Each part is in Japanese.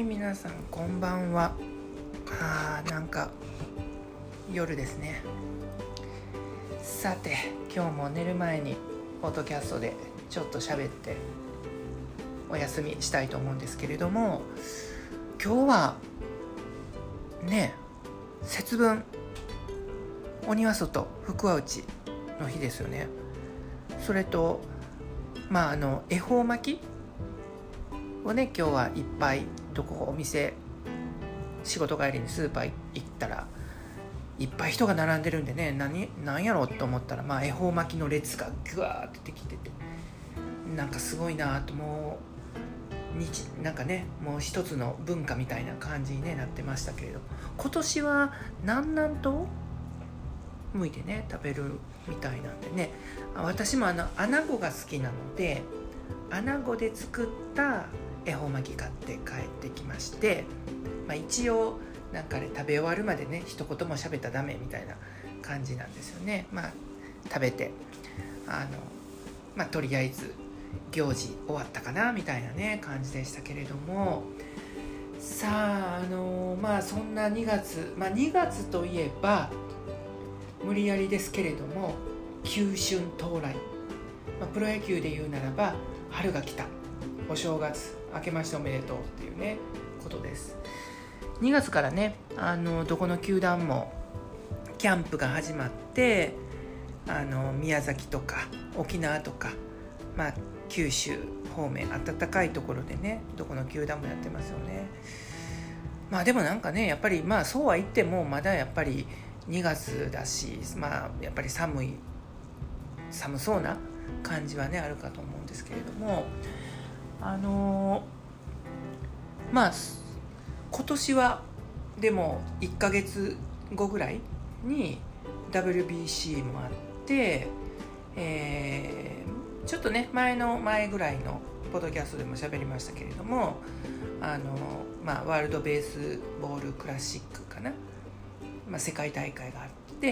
皆さんこんばんは。なんか夜ですね。さて今日も寝る前にポッドキャストでちょっと喋ってお休みしたいと思うんですけれども、今日はね、節分鬼は外福は内の日ですよね。それと恵方巻きをね、今日はいっぱいどこお店仕事帰りにスーパー行ったらいっぱい人が並んでるんでね、何やろうと思ったら恵方巻きの列がグワーってできてて、なんかすごいなと、もうなんかね、もう一つの文化みたいな感じに、なってましたけれど、今年は南南東向いてね食べるみたいなんでね、私も穴子が好きなので穴子で作った恵方巻き買って帰ってきまして、一応なんか食べ終わるまでね一言も喋ったらダメみたいな感じなんですよね。食べてとりあえず行事終わったかなみたいなね感じでしたけれども、さあそんな2月2月といえば無理やりですけれども旧春到来、プロ野球で言うならば春が来た、お正月明けましておめでとうっていうねことです。2月からねどこの球団もキャンプが始まって、宮崎とか沖縄とか、九州方面暖かいところでねどこの球団もやってますよね。でもなんかねやっぱりそうは言ってもまだやっぱり2月だし、やっぱり寒そうな感じはねあるかと思うんですけれども、今年はでも1ヶ月後ぐらいに WBC もあって、ちょっとね前ぐらいのポッドキャストでも喋りましたけれども、ワールドベースボールクラシックかな、世界大会があって、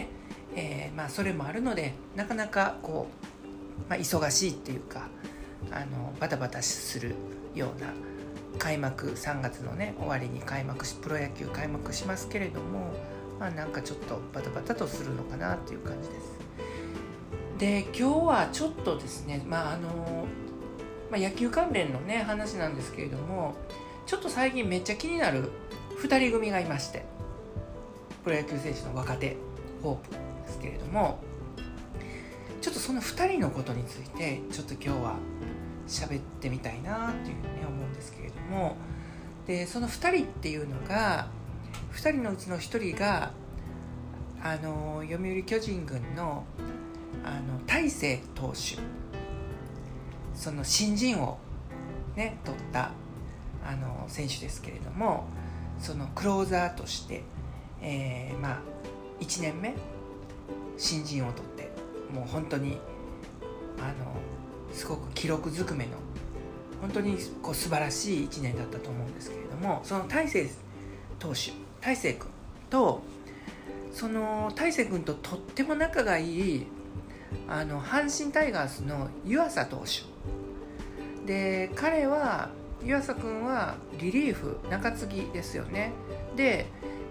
それもあるのでなかなかこう、忙しいっていうかバタバタするような開幕3月のね終わりにプロ野球開幕しますけれども、なんかちょっとバタバタとするのかなっていう感じです。で今日はちょっとですね野球関連のね話なんですけれども、ちょっと最近めっちゃ気になる2人組がいまして、プロ野球選手の若手ホープですけれども、ちょっとその2人のことについてちょっと今日は喋ってみたいなっていうふうに思うんですけれども、でその2人っていうのが2人のうちの1人が読売巨人軍の大勢投手、その新人をね取った選手ですけれども、そのクローザーとして1年目新人を取って、もう本当にすごく記録ずくめの本当に素晴らしい1年だったと思うんですけれども、その大勢投手大勢君とその大勢君ととっても仲がいい阪神タイガースの湯浅投手で、湯浅君はリリーフ中継ぎですよね。で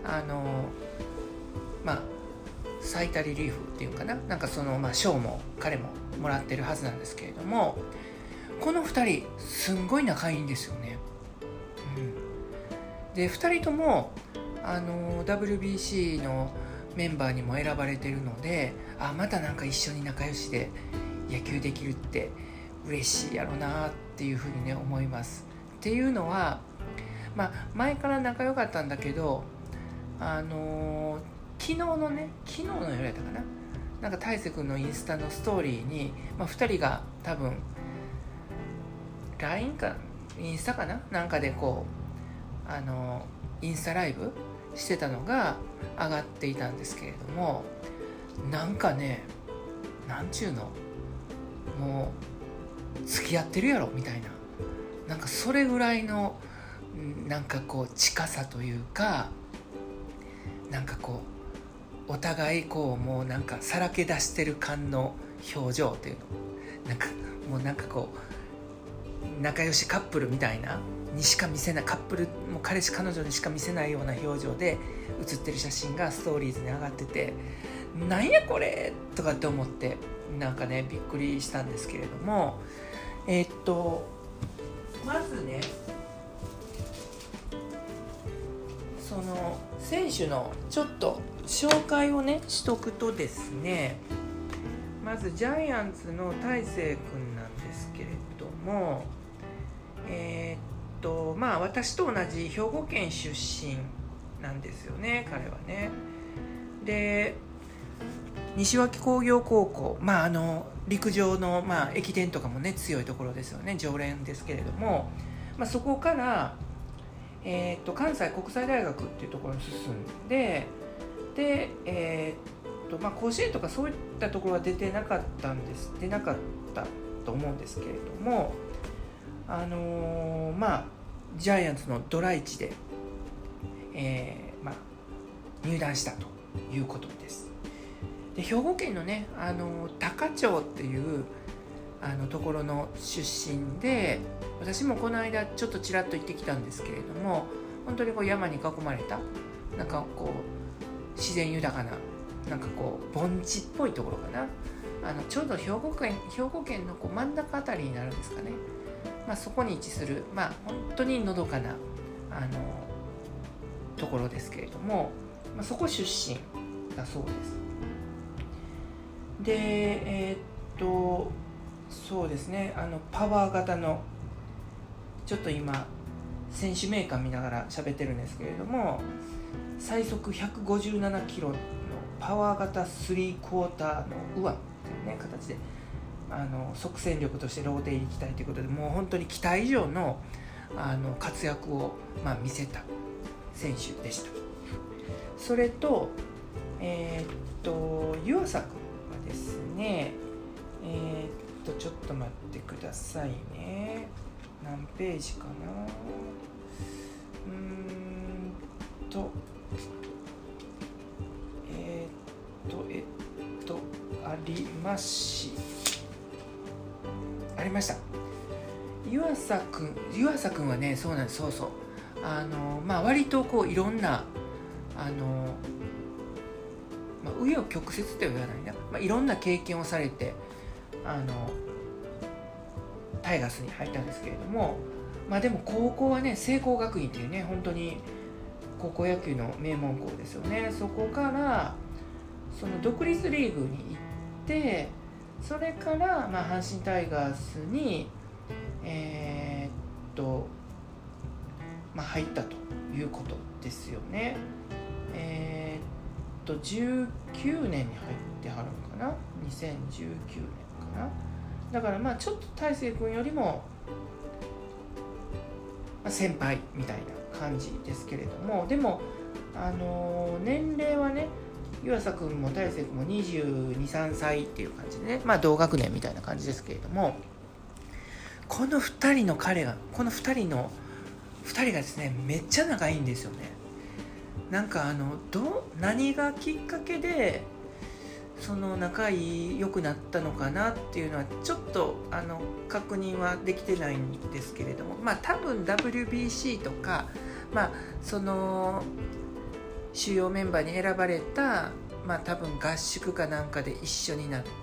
最多リリーフっていうかな、なんかその賞も彼ももらってるはずなんですけれども、この2人すんごい仲いいんですよね。で2人ともWBC のメンバーにも選ばれてるので、またなんか一緒に仲良しで野球できるって嬉しいやろなっていうふうにね思います。っていうのは前から仲良かったんだけど、昨日の夜やったかな、なんか大勢君のインスタのストーリーに、2人が多分 LINE かインスタかななんかでこうインスタライブしてたのが上がっていたんですけれども、なんかね、なんちゅうの、もう付き合ってるやろみたいな、なんかそれぐらいのなんかこう近さというか、なんかこうお互いこうもうなんかさらけ出してる感の表情というの、なんかもうなんかこう仲良しカップルみたいなにしか見せない、カップルも彼氏彼女にしか見せないような表情で写ってる写真がストーリーズに上がってて、なんやこれとかって思ってなんかねびっくりしたんですけれども、まずねその選手のちょっと紹介をねしとくとですね、まずジャイアンツの大勢君なんですけれども、まあ私と同じ兵庫県出身なんですよね、彼はね。で西脇工業高校、陸上の、駅伝とかもね強いところですよね、常連ですけれども、そこから、関西国際大学っていうところに進んで、甲子園とかそういったところは出なかったと思うんですけれども、ジャイアンツのドラ1で、入団したということです。で兵庫県のね多可町っていうところの出身で、私もこの間ちょっとちらっと行ってきたんですけれども、本当にこう山に囲まれたなんかこう自然豊かななんかこう盆地っぽいところかな、ちょうど兵庫県のこう真ん中あたりになるんですかね。そこに位置する本当にのどかなところですけれども、そこ出身だそうです。でそうですね、パワー型のちょっと今選手名鑑見ながら喋ってるんですけれども、最速157キロのパワー型3クォーターの右腕っていうね形で即戦力としてローテ入り期待ということで、もう本当に期待以上の活躍を見せた選手でした。それと湯浅君はですね、ちょっと待ってくださいね、何ページかな、ありました。湯浅くんはね、そうなんです、そう割とこういろんな紆余曲折とは言わないな、いろんな経験をされてタイガースに入ったんですけれども、でも高校はね聖光学院っていうね本当に高校野球の名門校ですよね。そこからその独立リーグに行って、それから阪神タイガースに入ったということですよね。19年に入ってはるのかな、2019年かな。だからちょっと大勢君よりも、先輩みたいな感じですけれども、でも年齢はね湯浅君も大勢君も22、3歳っていう感じでね、同学年みたいな感じですけれども、この2人がですねめっちゃ仲いいんですよね。なんか何がきっかけでその仲良くなったのかなっていうのはちょっと確認はできてないんですけれども、多分 WBC とかその主要メンバーに選ばれた多分合宿かなんかで一緒になって、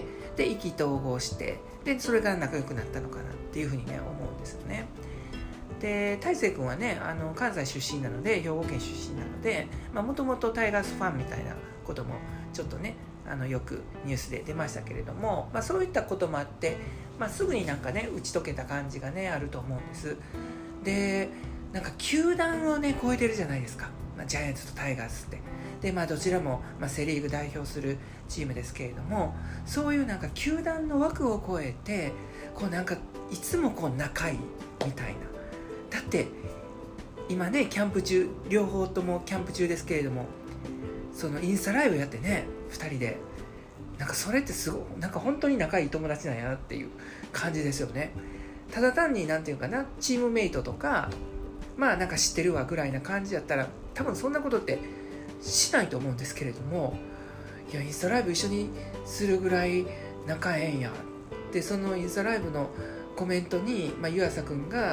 で意気投合して、でそれが仲良くなったのかなっていうふうにね思うんですよね。で大勢君はね関西出身なので、兵庫県出身なので、もともとタイガースファンみたいなこともちょっとねよくニュースで出ましたけれども、そういったこともあって、すぐになんかね打ち解けた感じがねあると思うんです。でなんか球団をね超えてるじゃないですか、ジャイアンツとタイガースって。でどちらも、セリーグ代表するチームですけれども、そういうなんか球団の枠を超えてこうなんかいつもこう仲いいみたいな。だって今ねキャンプ中、両方ともキャンプ中ですけれども、そのインスタライブやってね2人で、なんかそれってすごいなんか本当に仲いい友達なんやなっていう感じですよね。ただ単になんていうかな、チームメイトとかなんか知ってるわぐらいな感じだったら多分そんなことってしないと思うんですけれども、いやインスタライブ一緒にするぐらい仲ええんやって、そのインスタライブのコメントに湯浅くんが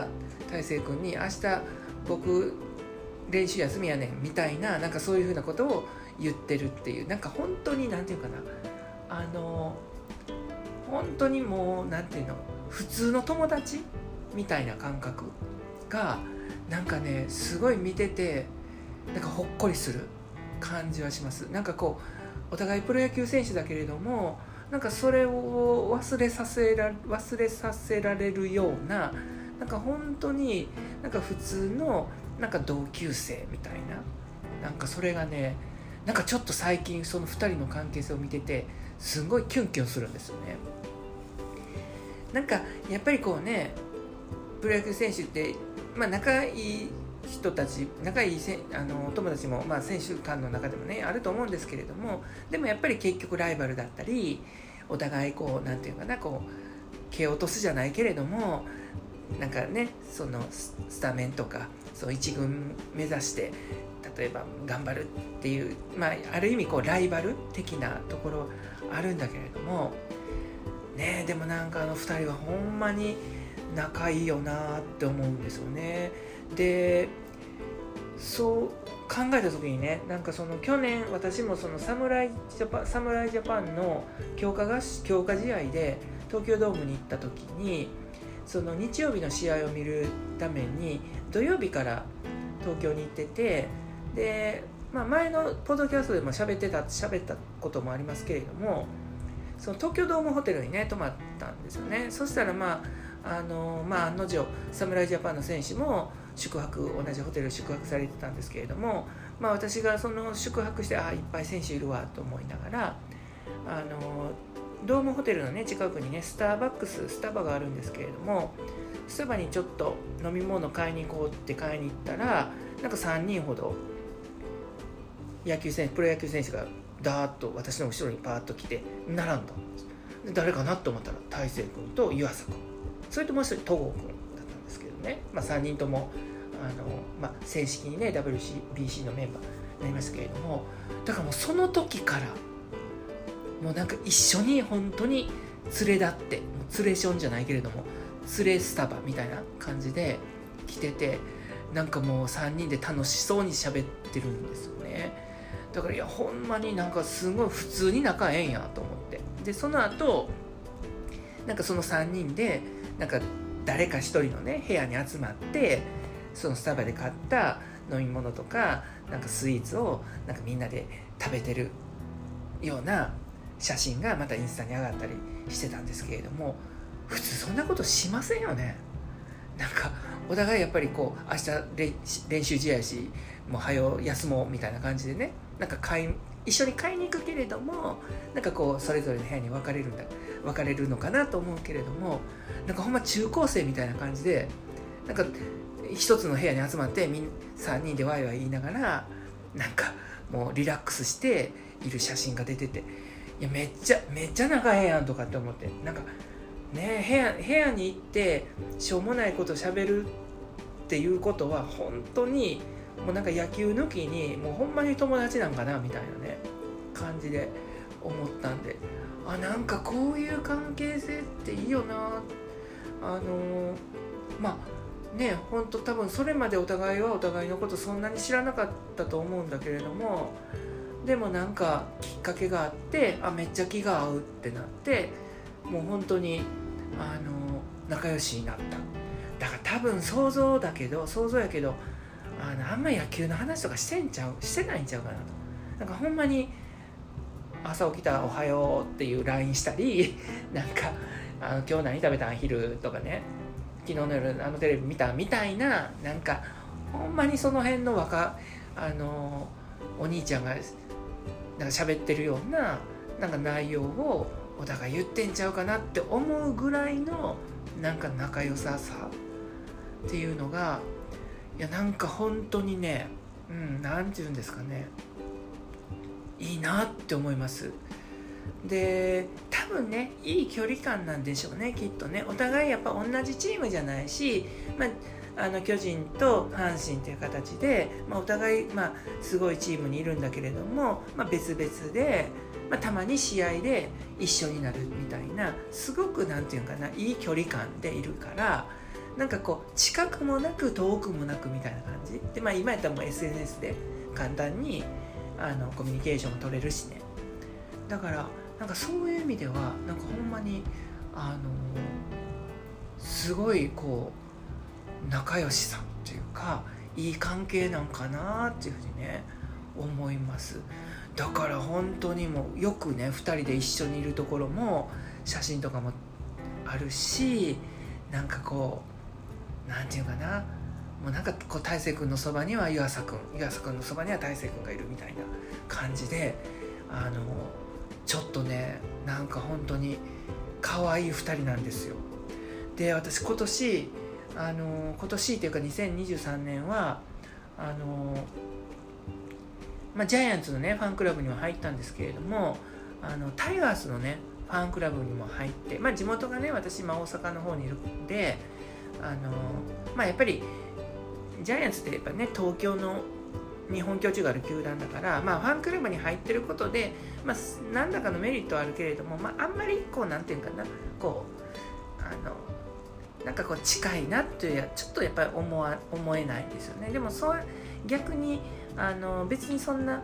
大成君に明日僕練習休みやねんみたいな、なんかそういうふうなことを言ってるっていう、なんか本当になんていうかな、本当にもうなんていうの、普通の友達みたいな感覚がなんかね、すごい見ててなんかほっこりする感じはします。なんかこうお互いプロ野球選手だけれども、なんかそれを忘れさせられるような、なんか本当になんか普通のなんか同級生みたいな、なんかそれがね、なんかちょっと最近その2人の関係性を見ててすごいキュンキュンするんですよね。なんかやっぱりこうね、プロ野球選手って、仲いい人たち、仲いい友達も、選手間の中でもねあると思うんですけれども、でもやっぱり結局ライバルだったり、お互いこうなんていうかな、こう蹴落とすじゃないけれども、なんかね、そのスタメンとかそう一軍目指して例えば頑張るっていう、ある意味こうライバル的なところあるんだけれどもね。でもなんか2人はほんまに仲いいよなって思うんですよね。でそう考えた時にね、なんかその去年私もその侍ジャパンの強化試合で東京ドームに行った時に、その日曜日の試合を見るために土曜日から東京に行ってて、で、前のポッドキャストでも喋ったこともありますけれども、その東京ドームホテルにね泊まったんですよね。そしたら案の定侍ジャパンの選手も同じホテル宿泊されてたんですけれども、私がその宿泊していっぱい選手いるわと思いながら、ドームホテルのね近くにねスタバがあるんですけれども、スタバにちょっと飲み物買いに行こうって買いに行ったら、なんか3人ほどプロ野球選手がダーッと私の後ろにパーッと来て並んだんです。で誰かなと思ったら大成君と湯浅君、それともう一人戸郷君だったんですけどね、3人とも正式にね WBC のメンバーになりましたけれども、だからもうその時からもうなんか一緒に本当に連れ立って、もう連れションじゃないけれども連れスタバみたいな感じで来てて、なんかもう3人で楽しそうに喋ってるんですよね。だからほんまになんかすごい普通に仲ええんやと思って、でその後なんかその3人でなんか誰か一人のね部屋に集まって、そのスタバで買った飲み物とかなんかスイーツをなんかみんなで食べてるような写真がまたインスタに上がったりしてたんですけれども、普通そんなことしませんよね。なんかお互いやっぱりこう明日練習試合し、もう早う休もうみたいな感じでね、なんか一緒に買いに行くけれども、なんかこうそれぞれの部屋に分かれるのかなと思うけれども、なんかほんま中高生みたいな感じで、なんか一つの部屋に集まって3人でワイワイ言いながらなんかもうリラックスしている写真が出てて、いやめっちゃ仲ええやんとかって思って、なんかね、部屋に行ってしょうもないこと喋るっていうことは本当にもうなんか野球抜きにもうほんまに友達なんかなみたいなね感じで思ったんで、なんかこういう関係性っていいよな。本当多分それまでお互いはお互いのことそんなに知らなかったと思うんだけれども、でもなんかきっかけがあって、めっちゃ気が合うってなって、もう本当に仲良しになった。だから多分想像やけどあんま野球の話とかしてないんちゃうかなと。なんかほんまに朝起きたらおはようっていう LINE したり、なんか今日何食べたん昼とかね、昨日の夜テレビ見たみたいな、なんかほんまにその辺のお兄ちゃんがなんか喋ってるようななんか内容をお互い言ってんちゃうかなって思うぐらいのなんか仲良さっていうのが、いやなんか本当にね、なんて言うんですかね、いいなって思います。で多分ねいい距離感なんでしょうね、きっとね。お互いやっぱ同じチームじゃないし、巨人と阪神という形で、お互いすごいチームにいるんだけれども、別々で、たまに試合で一緒になるみたいな、すごくなんていうかないい距離感でいるから、 なんかこう近くもなく遠くもなくみたいな感じで、今やったらもう SNS で簡単にコミュニケーションも取れるしね。だからなんかそういう意味ではなんかほんまにすごいこう仲良しさんっていうかいい関係なんかなっていうふうにね思います。だから本当にもうよくね2人で一緒にいるところも写真とかもあるし、なんかこうなんていうかな、もうなんかこう大成君のそばには湯浅君のそばには大成君がいるみたいな感じでちょっとねなんか本当に可愛い2人なんですよ。で私今年っていうか2023年はジャイアンツのねファンクラブには入ったんですけれども、タイガースのねファンクラブにも入って、地元がね私今大阪の方にいるんでやっぱりジャイアンツってやっぱね東京の日本居地がある球団だから、ファンクラブに入ってることで、何らかのメリットはあるけれども、あんまりこうなんていうかな、こうなんかこう近いなっていうちょっとやっぱり思えないんですよね。でも逆に別にそんな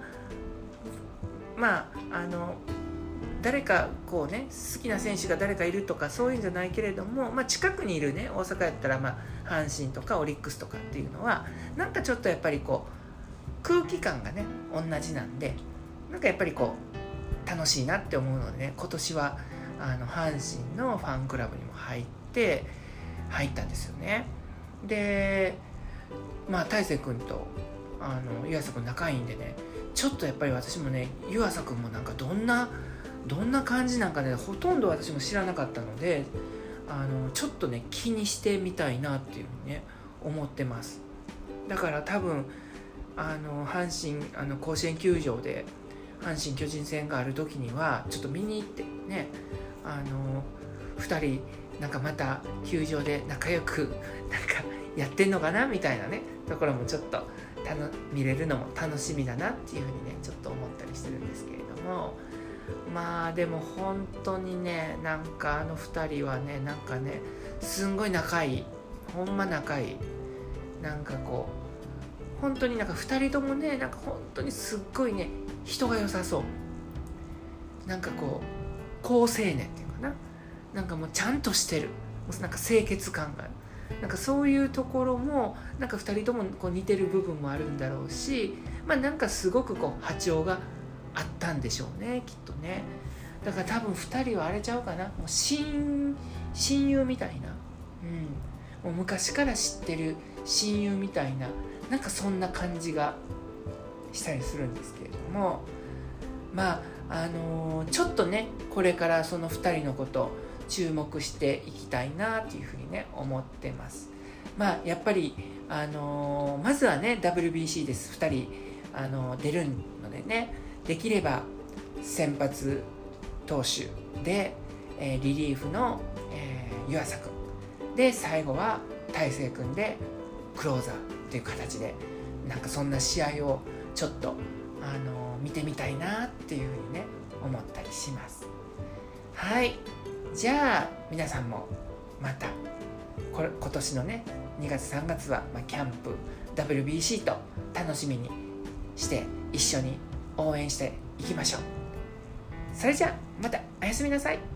誰かこうね好きな選手が誰かいるとかそういうんじゃないけれども、近くにいるね大阪やったら阪神とかオリックスとかっていうのはなんかちょっとやっぱりこう空気感がね同じなんで、なんかやっぱりこう楽しいなって思うのでね、今年は阪神のファンクラブにも入ったんですよね。で大成君と湯浅君仲いいんでね、ちょっとやっぱり私もね湯浅君もなんかどんな感じなんかねほとんど私も知らなかったのでちょっとね気にしてみたいなっていうふうにね思ってます。だから多分阪神甲子園球場で阪神巨人戦がある時にはちょっと見に行ってね2人なんかまた球場で仲良くなんかやってんのかなみたいなねところもちょっと見れるのも楽しみだなっていうふうにねちょっと思ったりしてるんですけれども、でも本当にねなんか2人はねなんかねすんごい仲いい、ほんま仲いい、なんかこう本当になんか2人ともねなんか本当にすっごいね人が良さそう、なんかこう好青年っていうかな、なんかもうちゃんとしてる、なんか清潔感がある、なんかそういうところもなんか2人ともこう似てる部分もあるんだろうし、なんかすごくこう波長があったんでしょうねきっとね。だから多分2人はあれちゃうかな、もう親友みたいな、もう昔から知ってる親友みたいな、なんかそんな感じがしたりするんですけれども、ちょっとねこれからその2人のこと注目していきたいなというふうにね思ってます。やっぱりまずはね WBC です2人出るのでね、できれば先発投手で、リリーフの、湯浅君で最後は大成君でクローザーっていう形でなんかそんな試合をちょっと見てみたいなっていうふうにね思ったりします。はい、じゃあ皆さんもまた今年のね2月3月はキャンプ WBC と楽しみにして一緒に応援していきましょう。それじゃあまたおやすみなさい。